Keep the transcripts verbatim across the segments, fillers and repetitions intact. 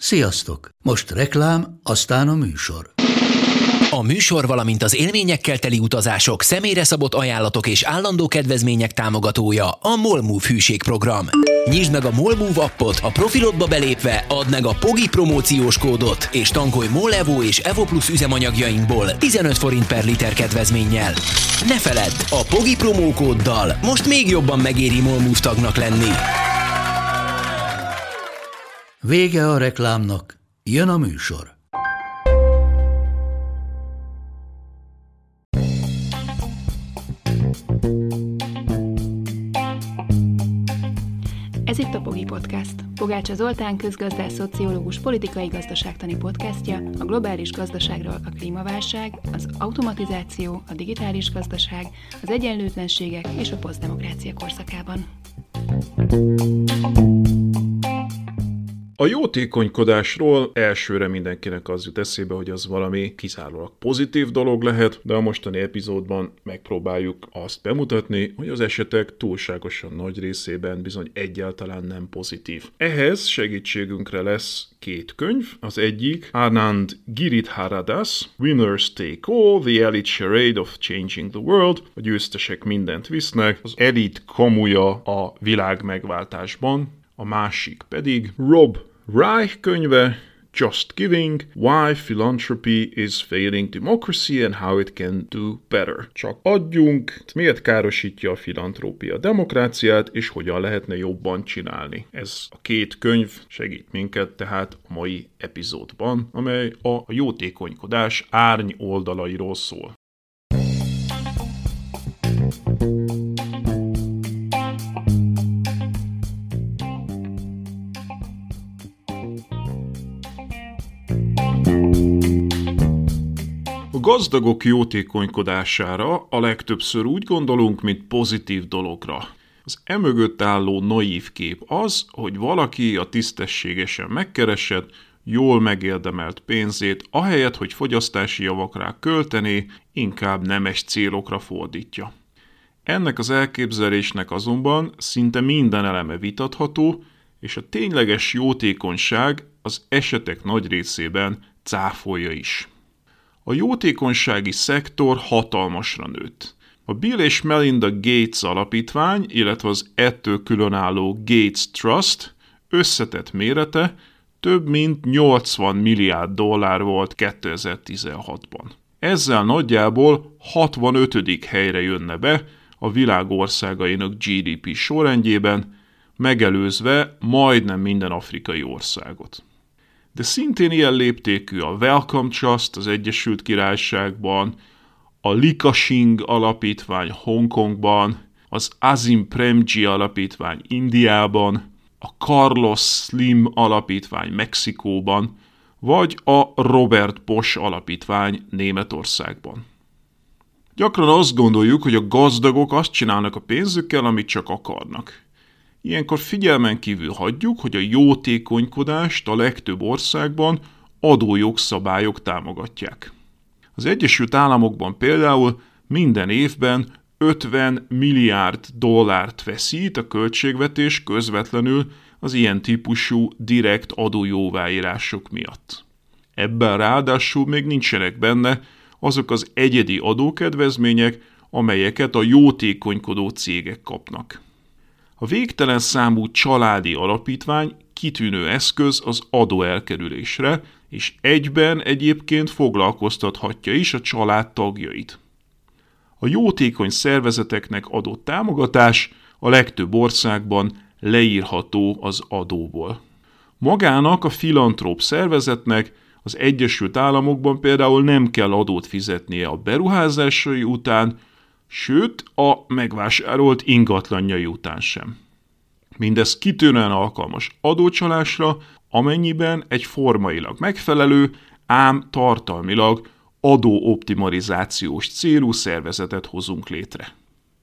Sziasztok! Most reklám, aztán a műsor. A műsor, valamint az élményekkel teli utazások, személyre szabott ajánlatok és állandó kedvezmények támogatója a MOLMOVE hűségprogram. Nyisd meg a MOLMOVE appot, a profilodba belépve add meg a Pogi promóciós kódot, és tankolj MOL Evo és Evo Plus üzemanyagjainkból tizenöt forint per liter kedvezménnyel. Ne feledd, a Pogi promókóddal most még jobban megéri MOLMOVE tagnak lenni. Vége a reklámnak, jön a műsor. Ez itt a Pogi Podcast. Pogácsa Zoltán közgazdász, szociológus, politikai gazdaságtani podcastja a globális gazdaságról, a klímaválság, az automatizáció, a digitális gazdaság, az egyenlőtlenségek és a posztdemokrácia korszakában. A jótékonykodásról elsőre mindenkinek az jut eszébe, hogy az valami kizárólag pozitív dolog lehet, de a mostani epizódban megpróbáljuk azt bemutatni, hogy az esetek túlságosan nagy részében bizony egyáltalán nem pozitív. Ehhez segítségünkre lesz két könyv. Az egyik Anand Giridharadas, Winners Take All, The Elite Charade of Changing the World, a győztesek mindent visznek, az elit kamuja a világ megváltásban, a másik pedig Rob Reich könyve, Just Giving, Why Philanthropy is Failing Democracy and How it Can Do Better. Csak adjunk, miért károsítja a filantrópia a demokráciát, és hogyan lehetne jobban csinálni. Ez a két könyv segít minket tehát a mai epizódban, amely a jótékonykodás árny oldalairól szól. A gazdagok jótékonykodására a legtöbbször úgy gondolunk, mint pozitív dologra. Az emögött álló naív kép az, hogy valaki a tisztességesen megkeresett, jól megérdemelt pénzét, ahelyett, hogy fogyasztási javakra költené, inkább nemes célokra fordítja. Ennek az elképzelésnek azonban szinte minden eleme vitatható, és a tényleges jótékonyság az esetek nagy részében cáfolja is. A jótékonysági szektor hatalmasra nőtt. A Bill és Melinda Gates alapítvány, illetve az ettől különálló Gates Trust összetett mérete több mint nyolcvan milliárd dollár volt kétezer-tizenhatban. Ezzel nagyjából hatvanötödik helyre jönne be a világ országainak gé dé pé sorrendjében, megelőzve majdnem minden afrikai országot. De szintén ilyen léptékű a Wellcome Trust az Egyesült Királyságban, a Lee Ka-shing alapítvány Hongkongban, az Azim Premji alapítvány Indiában, a Carlos Slim alapítvány Mexikóban, vagy a Robert Bosch alapítvány Németországban. Gyakran azt gondoljuk, hogy a gazdagok azt csinálnak a pénzükkel, amit csak akarnak. Ilyenkor figyelmen kívül hagyjuk, hogy a jótékonykodást a legtöbb országban adójogszabályok támogatják. Az Egyesült Államokban például minden évben ötven milliárd dollárt veszít a költségvetés közvetlenül az ilyen típusú direkt adójóváírások miatt. Ebben ráadásul még nincsenek benne azok az egyedi adókedvezmények, amelyeket a jótékonykodó cégek kapnak. A végtelen számú családi alapítvány kitűnő eszköz az adóelkerülésre, és egyben egyébként foglalkoztathatja is a család tagjait. A jótékony szervezeteknek adott támogatás a legtöbb országban leírható az adóból. Magának a filantróp szervezetnek az Egyesült Államokban például nem kell adót fizetnie a beruházásai után, sőt a megvásárolt ingatlanjai után sem. Mindez kitűnően alkalmas adócsalásra, amennyiben egy formailag megfelelő, ám tartalmilag adóoptimalizációs célú szervezetet hozunk létre.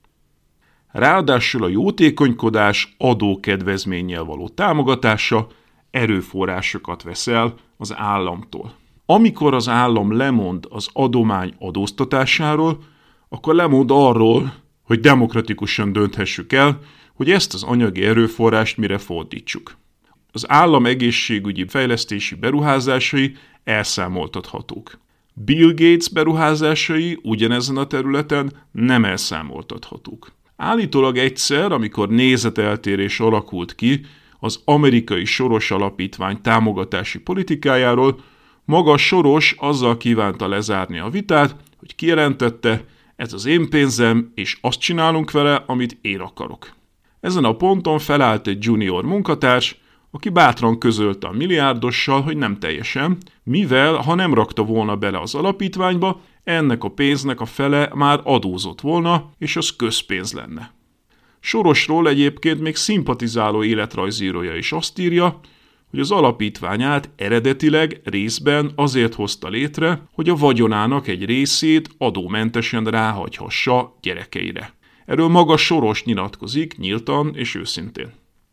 Ráadásul a jótékonykodás adókedvezménnyel való támogatása erőforrásokat vesz el az államtól. Amikor az állam lemond az adomány adóztatásáról, akkor lemond arról, hogy demokratikusan dönthessük el, hogy ezt az anyagi erőforrást mire fordítsuk. Az állam egészségügyi fejlesztési beruházásai elszámoltathatók. Bill Gates beruházásai ugyanezen a területen nem elszámoltathatók. Állítólag egyszer, amikor nézeteltérés alakult ki az amerikai Soros Alapítvány támogatási politikájáról, maga Soros azzal kívánta lezárni a vitát, hogy kijelentette, ez az én pénzem, és azt csinálunk vele, amit én akarok. Ezen a ponton felállt egy junior munkatárs, aki bátran közölte a milliárdossal, hogy nem teljesen, mivel ha nem rakta volna bele az alapítványba, ennek a pénznek a fele már adózott volna, és az közpénz lenne. Sorosról egyébként még szimpatizáló életrajzírója is azt írja, hogy az alapítványát eredetileg részben azért hozta létre, hogy a vagyonának egy részét adómentesen ráhagyhassa gyerekeire. Erről maga Soros nyilatkozik nyíltan és őszintén.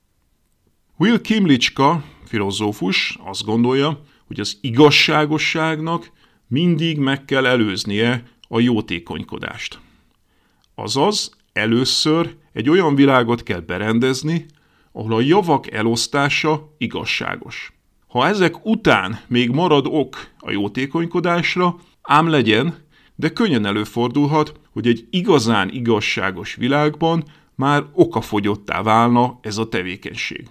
Will Kimlicska, filozófus, azt gondolja, hogy az igazságosságnak mindig meg kell előznie a jótékonykodást. Azaz, először egy olyan világot kell berendezni, ahol a javak elosztása igazságos. Ha ezek után még marad ok a jótékonykodásra, ám legyen, de könnyen előfordulhat, hogy egy igazán igazságos világban már okafogyottá válna ez a tevékenység.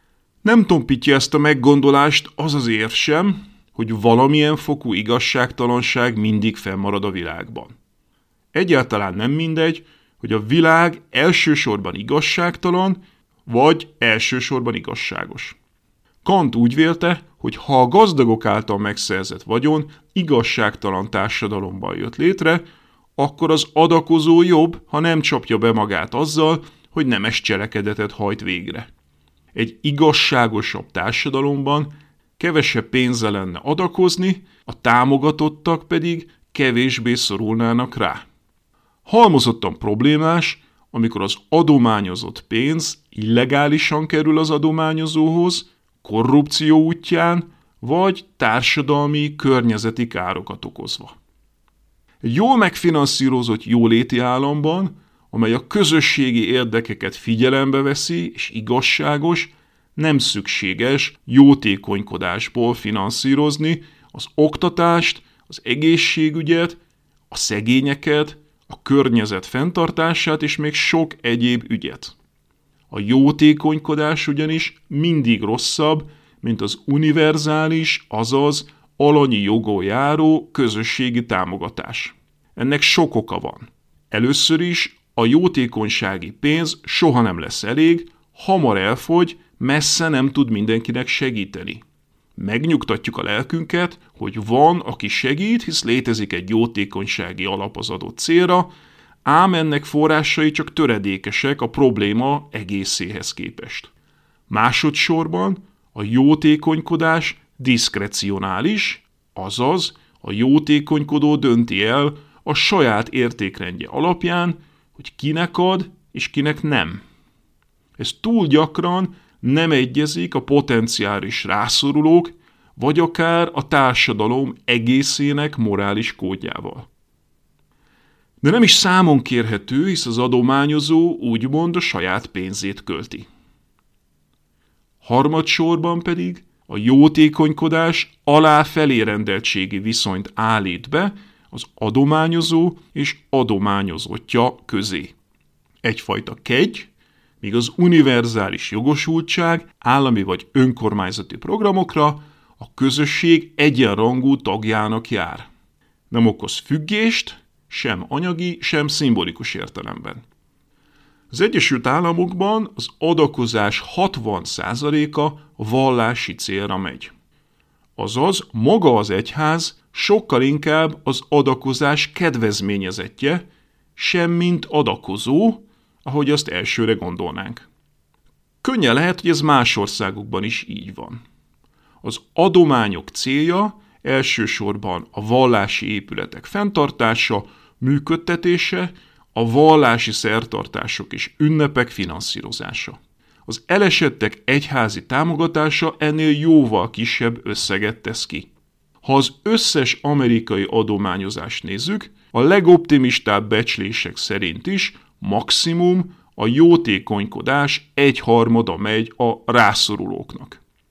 Nem tompítja ezt a meggondolást az az érv sem, hogy valamilyen fokú igazságtalanság mindig fennmarad a világban. Egyáltalán nem mindegy, hogy a világ elsősorban igazságtalan, vagy elsősorban igazságos. Kant úgy vélte, hogy ha a gazdagok által megszerzett vagyon igazságtalan társadalomban jött létre, akkor az adakozó jobb, ha nem csapja be magát azzal, hogy nemes cselekedetet hajt végre. Egy igazságosabb társadalomban kevesebb pénze lenne adakozni, a támogatottak pedig kevésbé szorulnának rá. Halmozottan problémás, amikor az adományozott pénz illegálisan kerül az adományozóhoz, korrupció útján, vagy társadalmi, környezeti károkat okozva. Egy jól megfinanszírozott jóléti államban, amely a közösségi érdekeket figyelembe veszi és igazságos, nem szükséges jótékonykodásból finanszírozni az oktatást, az egészségügyet, a szegényeket, a környezet fenntartását és még sok egyéb ügyet. A jótékonykodás ugyanis mindig rosszabb, mint az univerzális, azaz alanyi jogon járó közösségi támogatás. Ennek sok oka van. Először is a jótékonysági pénz soha nem lesz elég, hamar elfogy, messze nem tud mindenkinek segíteni. Megnyugtatjuk a lelkünket, hogy van, aki segít, hisz létezik egy jótékonysági alap az adott célra, ám ennek forrásai csak töredékesek a probléma egészéhez képest. Másodszorban a jótékonykodás diszkrecionális, azaz a jótékonykodó dönti el a saját értékrendje alapján, hogy kinek ad és kinek nem. Ez túl gyakran nem egyezik a potenciális rászorulók, vagy akár a társadalom egészének morális kódjával. De nem is számon kérhető, hisz az adományozó úgymond a saját pénzét költi. Harmadsorban pedig a jótékonykodás alá-felé rendeltségi viszonyt állít be az adományozó és adományozottja közé. Egyfajta kegy, míg az univerzális jogosultság állami vagy önkormányzati programokra a közösség egyenrangú tagjának jár. Nem okoz függést, sem anyagi, sem szimbolikus értelemben. Az Egyesült Államokban az adakozás hatvan százaléka vallási célra megy. Azaz maga az egyház sokkal inkább az adakozás kedvezményezettje, sem mint adakozó, ahogy azt elsőre gondolnánk. Könnyen lehet, hogy ez más országokban is így van. Az adományok célja elsősorban a vallási épületek fenntartása, működtetése, a vallási szertartások és ünnepek finanszírozása. Az elesettek egyházi támogatása ennél jóval kisebb összeget tesz ki. Ha az összes amerikai adományozást nézzük, a legoptimistább becslések szerint is maximum a jótékonykodás egyharmada megy a rászorulóknak.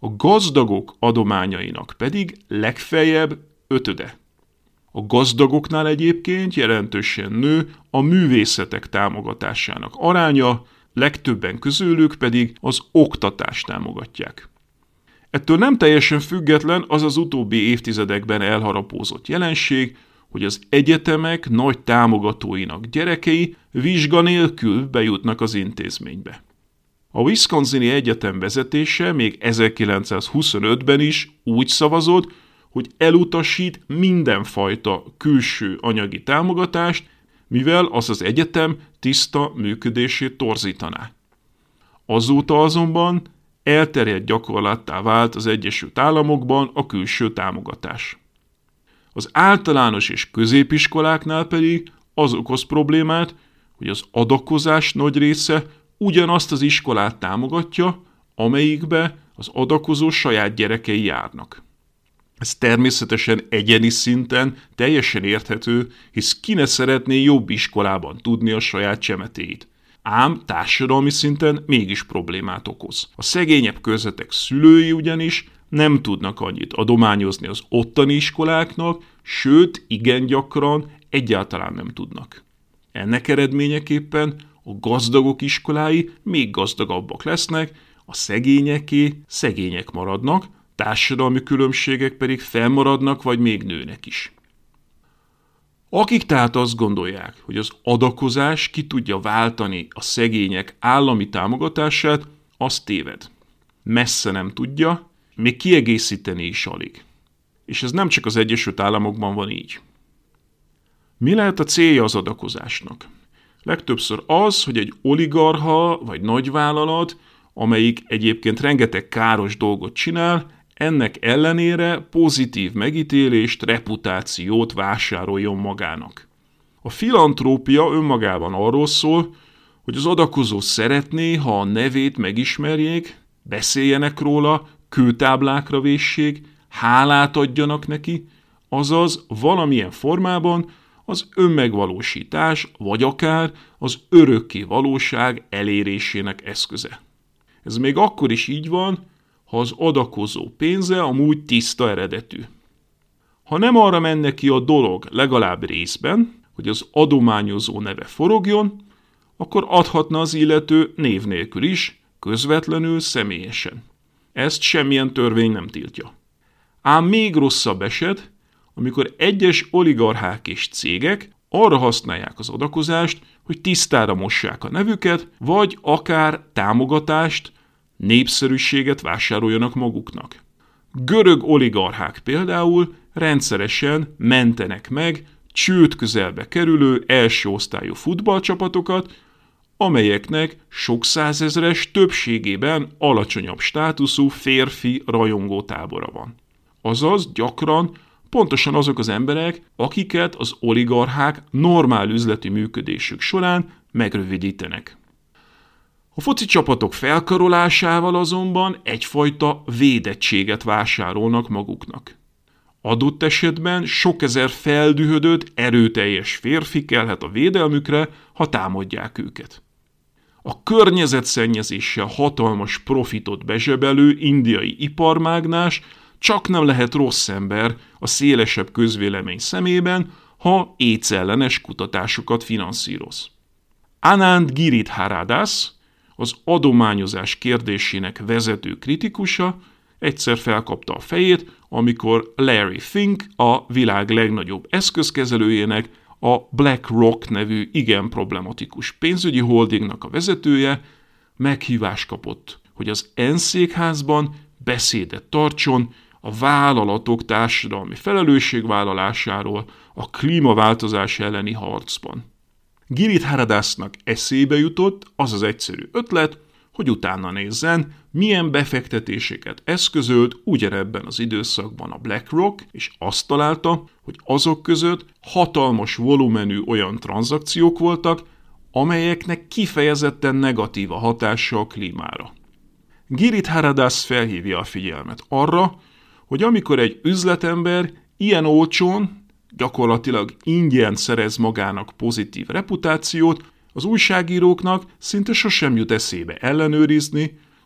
a gazdagok adományainak pedig legfeljebb ötöde. A gazdagoknál egyébként jelentősen nő a művészetek támogatásának aránya, legtöbben közülük pedig az oktatást támogatják. Ettől nem teljesen független az az utóbbi évtizedekben elharapózott jelenség, hogy az egyetemek nagy támogatóinak gyerekei vizsga nélkül bejutnak az intézménybe. A Wisconsini Egyetem vezetése még ezerkilencszázhuszonötben is úgy szavazott, hogy elutasít mindenfajta külső anyagi támogatást, mivel az az egyetem tiszta működését torzítaná. Azóta azonban elterjedt gyakorlattá vált az Egyesült Államokban a külső támogatás. Az általános és középiskoláknál pedig az okoz problémát, hogy az adakozás nagy része ugyanazt az iskolát támogatja, amelyikbe az adakozó saját gyerekei járnak. Ez természetesen egyéni szinten teljesen érthető, hisz ki ne szeretné jobb iskolában tudni a saját csemetéit. Ám társadalmi szinten mégis problémát okoz. A szegényebb körzetek szülői ugyanis nem tudnak annyit adományozni az ottani iskoláknak, sőt, igen gyakran egyáltalán nem tudnak. Ennek eredményeképpen a gazdagok iskolái még gazdagabbak lesznek, a szegényeké szegények maradnak, társadalmi különbségek pedig fennmaradnak vagy még nőnek is. Akik tehát azt gondolják, hogy az adakozás ki tudja váltani a szegények állami támogatását, az téved. Messze nem tudja, még kiegészíteni is alig. És ez nem csak az Egyesült Államokban van így. Mi lehet a célja az adakozásnak? Legtöbbször az, hogy egy oligarcha vagy nagyvállalat, amelyik egyébként rengeteg káros dolgot csinál, ennek ellenére pozitív megítélést, reputációt vásároljon magának. A filantrópia önmagában arról szól, hogy az adakozó szeretné, ha a nevét megismerjék, beszéljenek róla, kőtáblákra véssék, hálát adjanak neki, azaz valamilyen formában az önmegvalósítás, vagy akár az örökké valóság elérésének eszköze. Ez még akkor is így van, ha az adakozó pénze amúgy tiszta eredetű. Ha nem arra menne ki a dolog legalább részben, hogy az adományozó neve forogjon, akkor adhatna az illető név nélkül is, közvetlenül, személyesen. Ezt semmilyen törvény nem tiltja. Ám még rosszabb eset, amikor egyes oligarchák és cégek arra használják az adakozást, hogy tisztára mossák a nevüket, vagy akár támogatást, népszerűséget vásároljanak maguknak. Görög oligarchák például rendszeresen mentenek meg csőd közelbe kerülő első osztályú futballcsapatokat, amelyeknek sok százezres többségében alacsonyabb státuszú férfi rajongótábora van. Azaz gyakran pontosan azok az emberek, akiket az oligarchák normál üzleti működésük során megrövidítenek. A foci csapatok felkarolásával azonban egyfajta védettséget vásárolnak maguknak. Adott esetben sok ezer feldühödött, erőteljes férfi kelhet a védelmükre, ha támadják őket. A környezetszennyezéssel hatalmas profitot bezsebelő indiai iparmágnás csak nem lehet rossz ember a szélesebb közvélemény szemében, ha éjszellenes kutatásokat finanszíroz. Anand Giridharadas, az adományozás kérdésének vezető kritikusa, egyszer felkapta a fejét, amikor Larry Fink, a világ legnagyobb eszközkezelőjének, a BlackRock nevű igen problematikus pénzügyi holdingnak a vezetője meghívást kapott, hogy az ENSZ székházban beszédet tartson a vállalatok társadalmi felelősségvállalásáról a klímaváltozás elleni harcban. Giridharadasnak eszébe jutott az az egyszerű ötlet, hogy utána nézzen, milyen befektetéseket eszközölt ugyanebben az időszakban a BlackRock, és azt találta, hogy azok között hatalmas volumenű olyan tranzakciók voltak, amelyeknek kifejezetten negatív a hatása a klímára. Giridharadas felhívja a figyelmet arra, hogy amikor egy üzletember ilyen olcsón, gyakorlatilag ingyen szerez magának pozitív reputációt, az újságíróknak szinte sosem jut eszébe ellenőrizni,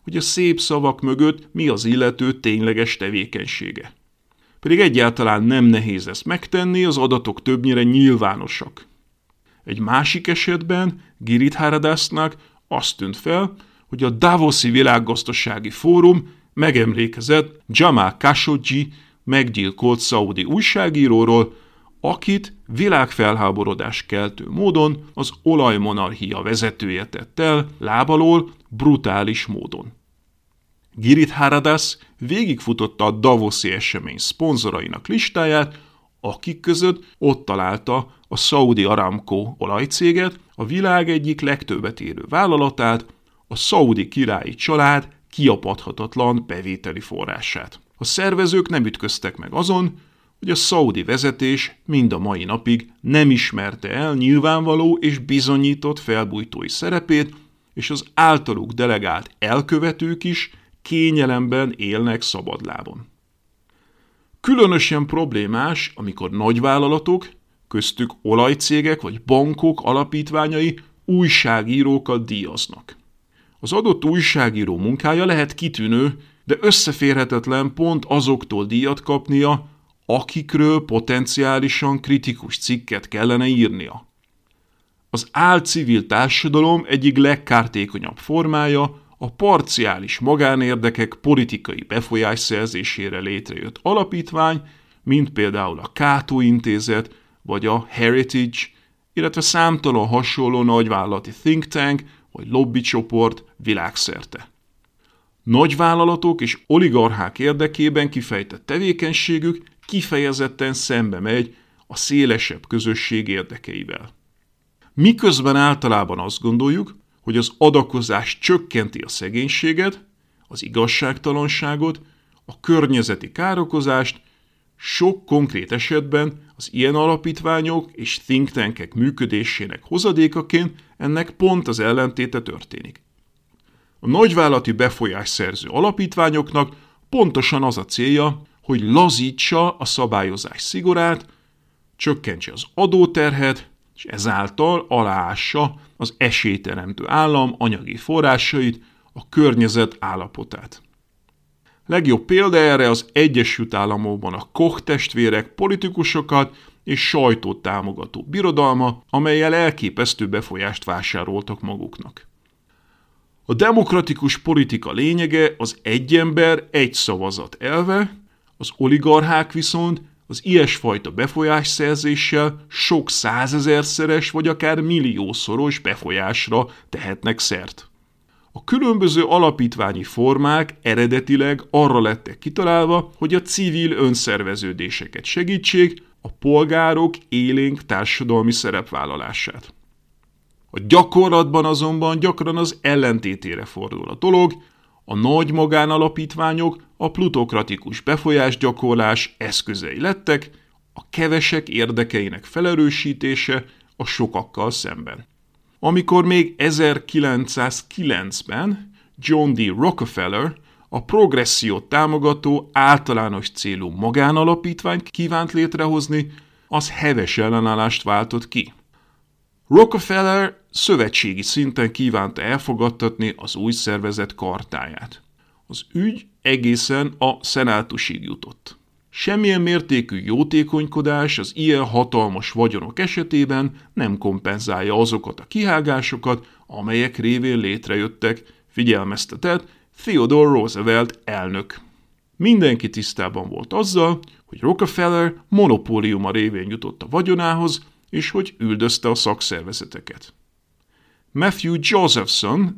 hogy a szép szavak mögött mi az illető tényleges tevékenysége. Pedig egyáltalán nem nehéz ezt megtenni, az adatok többnyire nyilvánosak. Egy másik esetben Giridharadasnak azt tűnt fel, hogy a Davoszi Világgazdasági Fórum megemlékezett Jamal Khashoggi meggyilkolt szaudi újságíróról, akit világfelháborodás keltő módon az olajmonarchia vezetője tett el lábalól brutális módon. Giridharadas végigfutotta a Davoszi esemény szponzorainak listáját, akik között ott találta a Saudi Aramco olajcéget, a világ egyik legtöbbet érő vállalatát, a szaudi királyi család kiapadhatatlan bevételi forrását. A szervezők nem ütköztek meg azon, hogy a szaudi vezetés mind a mai napig nem ismerte el nyilvánvaló és bizonyított felbujtói szerepét, és az általuk delegált elkövetők is kényelemben élnek szabadlábon. Különösen problémás, amikor nagyvállalatok, köztük olajcégek vagy bankok alapítványai újságírókat díjaznak. Az adott újságíró munkája lehet kitűnő, de összeférhetetlen pont azoktól díjat kapnia, akikről potenciálisan kritikus cikket kellene írnia. Az álcivil társadalom egyik legkártékonyabb formája a parciális magánérdekek politikai befolyás szerzésére létrejött alapítvány, mint például a Cato Intézet vagy a Heritage, illetve számtalan hasonló nagyvállalati think tank vagy lobbycsoport világszerte. Nagyvállalatok és oligarchák érdekében kifejtett tevékenységük kifejezetten szembe megy a szélesebb közösség érdekeivel. Miközben általában azt gondoljuk, hogy az adakozás csökkenti a szegénységet, az igazságtalanságot, a környezeti károkozást, sok konkrét esetben az ilyen alapítványok és think tankek működésének hozadékaként ennek pont az ellentéte történik. A nagyvállalati befolyásszerző alapítványoknak pontosan az a célja, hogy lazítsa a szabályozás szigorát, csökkentse az adóterhet, és ezáltal aláássa az esélyteremtő állam anyagi forrásait, a környezet állapotát. Legjobb példa erre az Egyesült Államokban a Koch testvérek politikusokat és sajtót támogató birodalma, amellyel elképesztő befolyást vásároltak maguknak. A demokratikus politika lényege az egy ember, egy szavazat elve, az oligarchák viszont az ilyesfajta befolyásszerzéssel sok százezerszeres vagy akár milliószoros befolyásra tehetnek szert. A különböző alapítványi formák eredetileg arra lettek kitalálva, hogy a civil önszerveződéseket segítsék, a polgárok élénk társadalmi szerepvállalását. A gyakorlatban azonban gyakran az ellentétére fordul a dolog, a nagy magánalapítványok a plutokratikus befolyásgyakorlás eszközei lettek, a kevesek érdekeinek felerősítése a sokakkal szemben. Amikor még ezerkilencszázkilencben John D. Rockefeller a progressziót támogató általános célú magánalapítványt kívánt létrehozni, az heves ellenállást váltott ki. Rockefeller szövetségi szinten kívánta elfogadtatni az új szervezet kartáját. Az ügy egészen a szenátusig jutott. Semmilyen mértékű jótékonykodás az ilyen hatalmas vagyonok esetében nem kompenzálja azokat a kihágásokat, amelyek révén létrejöttek, figyelmeztetett Theodore Roosevelt elnök. Mindenki tisztában volt azzal, hogy Rockefeller monopóliuma révén jutott a vagyonához, és hogy üldözte a szakszervezeteket. Matthew Josephson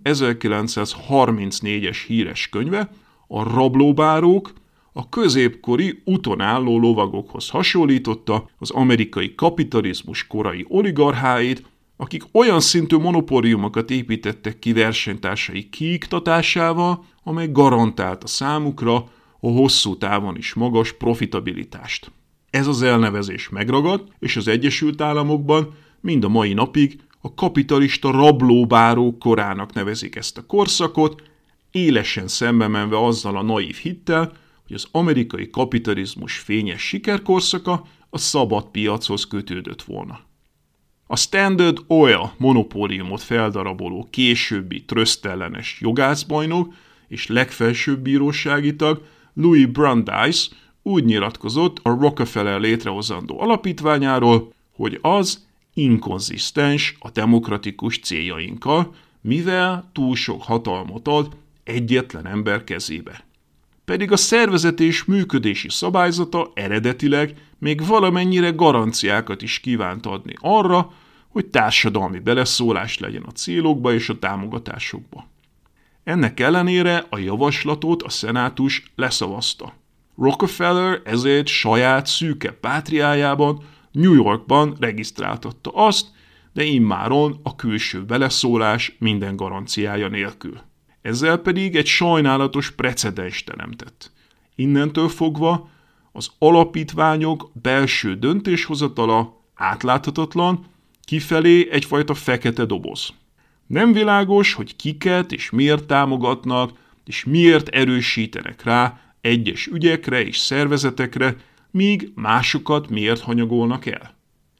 ezerkilencszázharmincnégyes híres könyve a rablóbárók a középkori utonálló lovagokhoz hasonlította az amerikai kapitalizmus korai oligarcháit, akik olyan szintű monopóliumokat építettek ki versenytársai kiiktatásával, amely garantálta számukra a hosszú távon is magas profitabilitást. Ez az elnevezés megragadt, és az Egyesült Államokban mind a mai napig a kapitalista rablóbárók korának nevezik ezt a korszakot, élesen szembe menve azzal a naív hittel, hogy az amerikai kapitalizmus fényes sikerkorszaka a szabad piachoz kötődött volna. A Standard Oil monopóliumot feldaraboló későbbi trösztellenes jogászbajnok és legfelsőbb bírósági tag Louis Brandeis úgy nyilatkozott a Rockefeller létrehozandó alapítványáról, hogy az inkonzisztens a demokratikus céljainkkal, mivel túl sok hatalmat ad egyetlen ember kezébe. Pedig a szervezet és működési szabályzata eredetileg még valamennyire garanciákat is kívánt adni arra, hogy társadalmi beleszólás legyen a célokba és a támogatásokba. Ennek ellenére a javaslatot a szenátus leszavazta. Rockefeller ezért saját szűke pátriájában, New Yorkban regisztráltatta azt, de immáron a külső beleszólás minden garanciája nélkül. Ezzel pedig egy sajnálatos precedens teremtett. Innentől fogva az alapítványok belső döntéshozatala átláthatatlan, kifelé egyfajta fekete doboz. Nem világos, hogy kiket és miért támogatnak, és miért erősítenek rá egyes ügyekre és szervezetekre, míg másokat miért hanyagolnak el.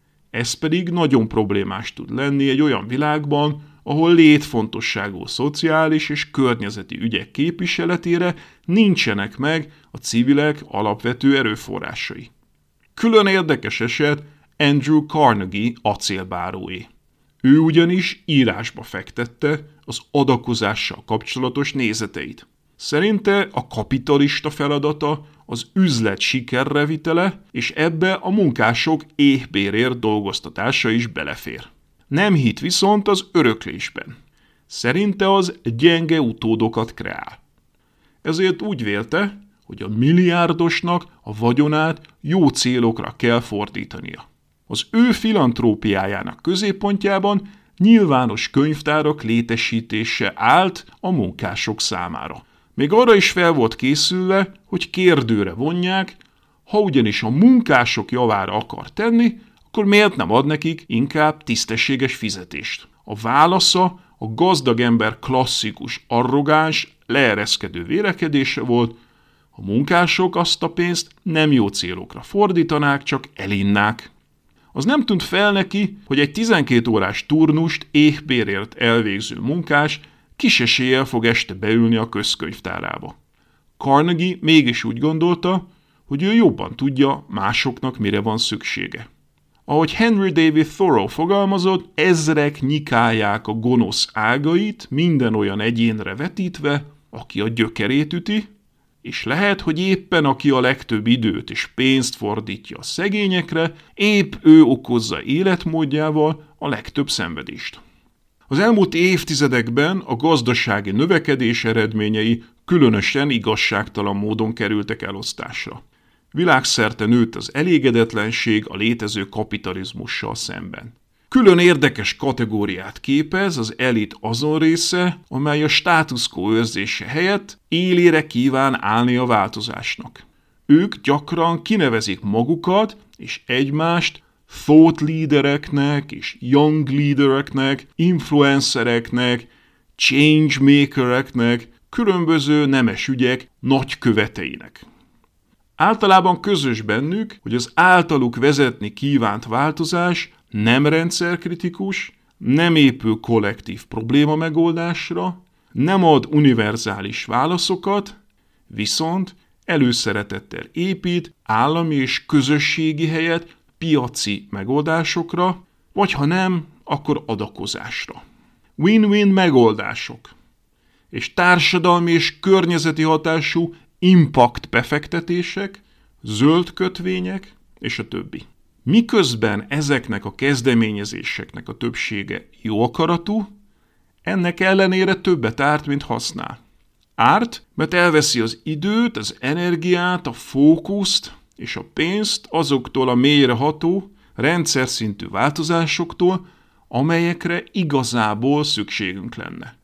Ez pedig nagyon problémás tud lenni egy olyan világban, ahol létfontosságú szociális és környezeti ügyek képviseletére nincsenek meg a civilek alapvető erőforrásai. Külön érdekes eset Andrew Carnegie acélbáróé. Ő ugyanis írásba fektette az adakozással kapcsolatos nézeteit. Szerinte a kapitalista feladata az üzlet sikerre vitele, és ebbe a munkások éhbérért dolgoztatása is belefér. Nem hitt viszont az öröklésben. Szerinte az gyenge utódokat kreál. Ezért úgy vélte, hogy a milliárdosnak a vagyonát jó célokra kell fordítania. Az ő filantrópiájának középpontjában nyilvános könyvtárak létesítése állt a munkások számára. Még arra is fel volt készülve, hogy kérdőre vonják, ha ugyanis a munkások javára akar tenni, akkor miért nem ad nekik inkább tisztességes fizetést? A válasza a gazdag ember klasszikus, arrogáns, leereszkedő vélekedése volt, a munkások azt a pénzt nem jó célokra fordítanák, csak elinnák. Az nem tűnt fel neki, hogy egy tizenkét órás turnust éhbérért elvégző munkás kis eséllyel fog este beülni a közkönyvtárába. Carnegie mégis úgy gondolta, hogy ő jobban tudja, másoknak mire van szüksége. Ahogy Henry David Thoreau fogalmazott, ezrek nyikálják a gonosz ágait minden olyan egyénre vetítve, aki a gyökerét üti, és lehet, hogy éppen aki a legtöbb időt és pénzt fordítja a szegényekre, épp ő okozza életmódjával a legtöbb szenvedést. Az elmúlt évtizedekben a gazdasági növekedés eredményei különösen igazságtalan módon kerültek elosztásra. Világszerte nőtt az elégedetlenség a létező kapitalizmussal szemben. Külön érdekes kategóriát képez az elit azon része, amely a status quo őrzése helyett élére kíván állni a változásnak. Ők gyakran kinevezik magukat és egymást thought leadereknek és young leadereknek, influencereknek, changemakereknek, különböző nemes ügyek nagyköveteinek. Általában közös bennük, hogy az általuk vezetni kívánt változás nem rendszerkritikus, nem épül kollektív probléma megoldásra, nem ad univerzális válaszokat, viszont előszeretettel épít állami és közösségi helyett piaci megoldásokra, vagy ha nem, akkor adakozásra. Win-win megoldások és társadalmi és környezeti hatású impact befektetések, zöld kötvények és a többi. Miközben ezeknek a kezdeményezéseknek a többsége jó akaratú, ennek ellenére többet árt, mint használ. Árt, mert elveszi az időt, az energiát, a fókuszt és a pénzt azoktól a mélyreható, rendszer szintű változásoktól, amelyekre igazából szükségünk lenne.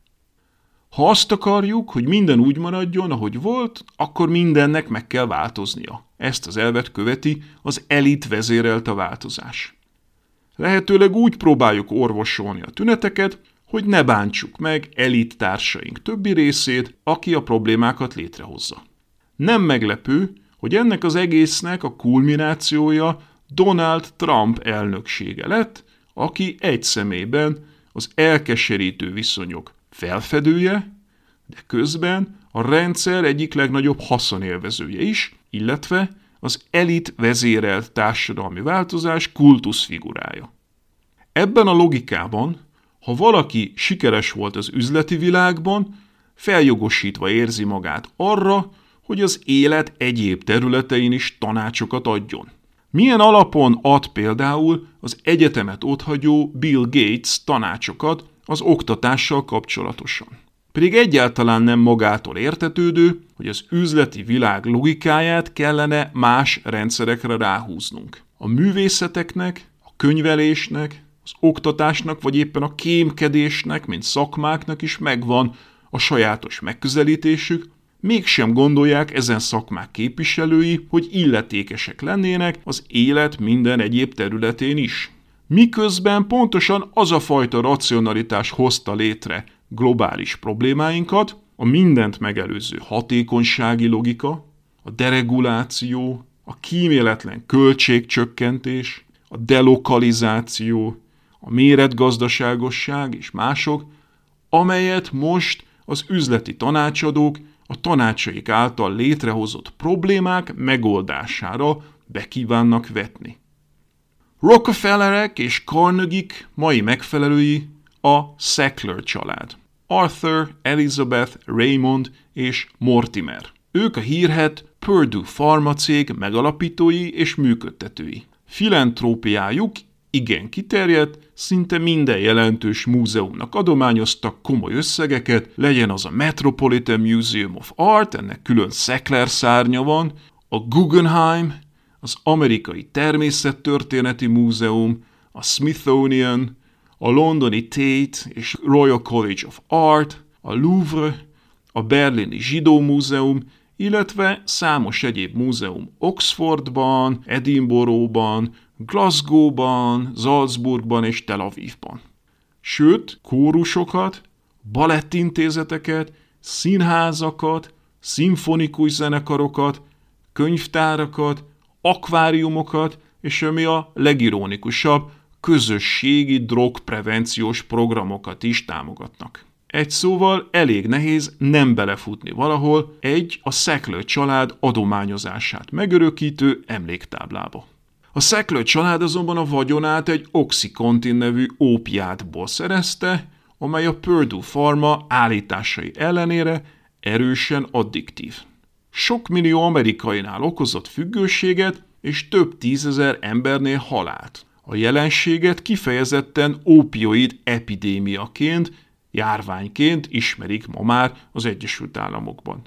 Ha azt akarjuk, hogy minden úgy maradjon, ahogy volt, akkor mindennek meg kell változnia. Ezt az elvet követi az elit vezérelte változás. Lehetőleg úgy próbáljuk orvosolni a tüneteket, hogy ne bántsuk meg elit társaink többi részét, aki a problémákat létrehozza. Nem meglepő, hogy ennek az egésznek a kulminációja Donald Trump elnöksége lett, aki egy személyben az elkeserítő viszonyok felfedője, de közben a rendszer egyik legnagyobb haszonélvezője is, illetve az elit vezérelt társadalmi változás kultuszfigurája. Ebben a logikában, ha valaki sikeres volt az üzleti világban, feljogosítva érzi magát arra, hogy az élet egyéb területein is tanácsokat adjon. Milyen alapon ad például az egyetemet otthagyó Bill Gates tanácsokat az oktatással kapcsolatosan? Pedig egyáltalán nem magától értetődő, hogy az üzleti világ logikáját kellene más rendszerekre ráhúznunk. A művészeteknek, a könyvelésnek, az oktatásnak, vagy éppen a kémkedésnek, mint szakmáknak is megvan a sajátos megközelítésük, mégsem gondolják ezen szakmák képviselői, hogy illetékesek lennének az élet minden egyéb területén is. Miközben pontosan az a fajta racionalitás hozta létre globális problémáinkat, a mindent megelőző hatékonysági logika, a dereguláció, a kíméletlen költségcsökkentés, a delokalizáció, a méretgazdaságosság és mások, amelyet most az üzleti tanácsadók a tanácsaik által létrehozott problémák megoldására bekívánnak vetni. Rockefellerek és Carnegie-k mai megfelelői a Sackler család. Arthur, Elizabeth, Raymond és Mortimer. Ők a hírhedt Purdue Pharma cég megalapítói és működtetői. Filantrópiájuk igen kiterjedt, szinte minden jelentős múzeumnak adományoztak komoly összegeket, legyen az a Metropolitan Museum of Art, ennek külön Sackler szárnya van, a Guggenheim, az Amerikai Természettörténeti Múzeum, a Smithsonian, a londoni Tate és Royal College of Art, a Louvre, a berlini Zsidó Múzeum, illetve számos egyéb múzeum Oxfordban, Edinburghban, Glasgowban, Salzburgban és Tel Avivban. Sőt, kórusokat, balettintézeteket, színházakat, szimfonikus zenekarokat, könyvtárakat, akváriumokat és ami a legironikusabb, közösségi drogprevenciós programokat is támogatnak. Egy szóval elég nehéz nem belefutni valahol egy a Sackler család adományozását megörökítő emléktáblába. A Sackler család azonban a vagyonát egy Oxycontin nevű ópiátból szerezte, amely a Purdue Pharma állításai ellenére erősen addiktív. Sok millió amerikainál okozott függőséget és több tízezer embernél halált. A jelenséget kifejezetten opioid epidémiaként, járványként ismerik ma már az Egyesült Államokban.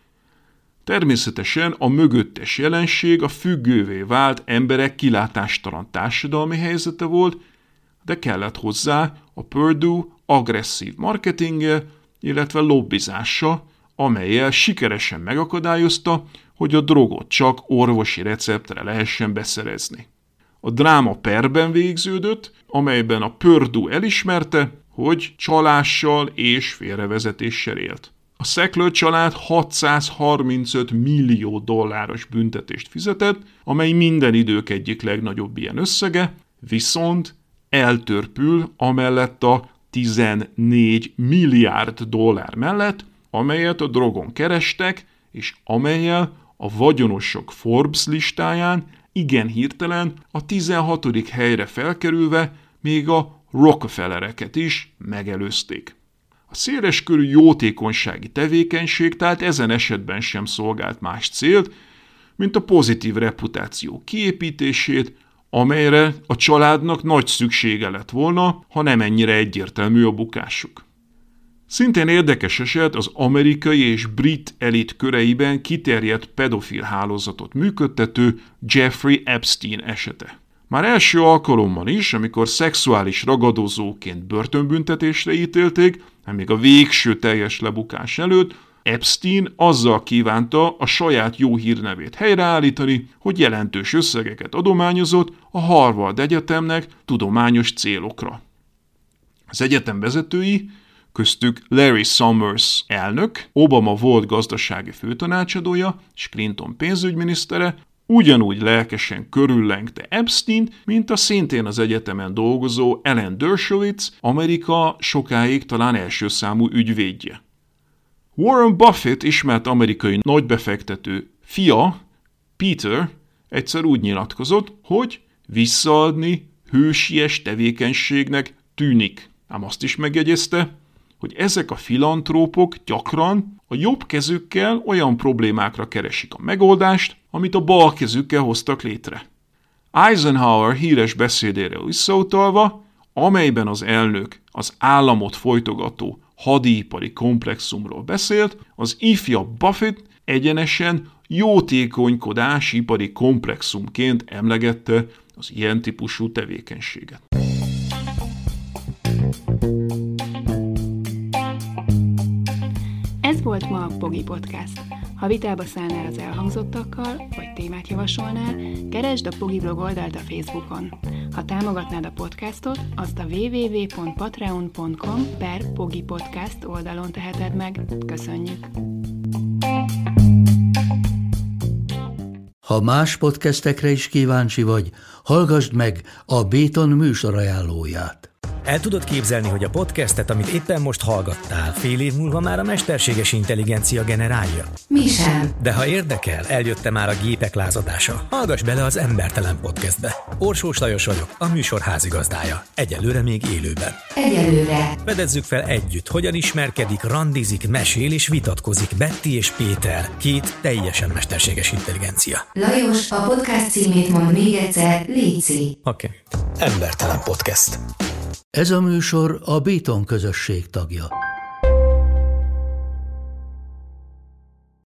Természetesen a mögöttes jelenség a függővé vált emberek kilátástalan társadalmi helyzete volt, de kellett hozzá a Purdue agresszív marketingje, illetve lobbizása, amellyel sikeresen megakadályozta, hogy a drogot csak orvosi receptre lehessen beszerezni. A dráma perben végződött, amelyben a Purdue elismerte, hogy csalással és félrevezetéssel élt. A Sackler család hatszázharmincöt millió dolláros büntetést fizetett, amely minden idők egyik legnagyobb ilyen összege, viszont eltörpül amellett a tizennégy milliárd dollár mellett, amelyet a drogon kerestek, és amellyel a vagyonosok Forbes listáján igen hirtelen a tizenhatodik helyre felkerülve még a Rockefellereket is megelőzték. A széleskörű jótékonysági tevékenység tehát ezen esetben sem szolgált más célt, mint a pozitív reputáció kiépítését, amelyre a családnak nagy szüksége lett volna, ha nem ennyire egyértelmű a bukásuk. Szintén érdekes eset az amerikai és brit elit köreiben kiterjedt pedofil hálózatot működtető Jeffrey Epstein esete. Már első alkalommal is, amikor szexuális ragadozóként börtönbüntetésre ítélték, nem még a végső teljes lebukás előtt, Epstein azzal kívánta a saját jó hírnevét helyreállítani, hogy jelentős összegeket adományozott a Harvard Egyetemnek tudományos célokra. Az egyetem vezetői, köztük Larry Summers elnök, Obama volt gazdasági főtanácsadója és Clinton pénzügyminisztere, ugyanúgy lelkesen körüllengte Epsteint, mint a szintén az egyetemen dolgozó Alan Dershowitz, Amerika sokáig talán első számú ügyvédje. Warren Buffett ismert amerikai nagybefektető fia, Peter, egyszer úgy nyilatkozott, hogy visszaadni hősies tevékenységnek tűnik. Ám azt is megjegyezte, hogy ezek a filantrópok gyakran a jobb kezükkel olyan problémákra keresik a megoldást, amit a bal kezükkel hoztak létre. Eisenhower híres beszédére visszautalva, amelyben az elnök az államot folytogató hadipari komplexumról beszélt, az ifjabb Buffett egyenesen jótékonykodás ipari komplexumként emlegette az ilyen típusú tevékenységet. Ez volt ma a Pogi Podcast. Ha vitába szállnál az elhangzottakkal, vagy témát javasolnál, keresd a Pogi blog oldalt a Facebookon. Ha támogatnád a podcastot, azt a www.patreon.com per Pogi Podcast oldalon teheted meg. Köszönjük! Ha más podcastekre is kíváncsi vagy, hallgassd meg a Béton műsor ajánlóját. El tudod képzelni, hogy a podcastet, amit éppen most hallgattál, fél év múlva már a mesterséges intelligencia generálja? Mi sem. De ha érdekel, eljött már a gépek lázadása. Hallgass bele az Embertelen Podcastbe. Orsós Lajos vagyok, a műsor házigazdája. Egyelőre még élőben. Egyelőre. Fedezzük fel együtt, hogyan ismerkedik, randizik, mesél és vitatkozik Betty és Péter, két teljesen mesterséges intelligencia. Lajos, a podcast címét mond még egyszer, léci. Oké. Okay. Embertelen Podcast. Ez a műsor a Béton közösség tagja.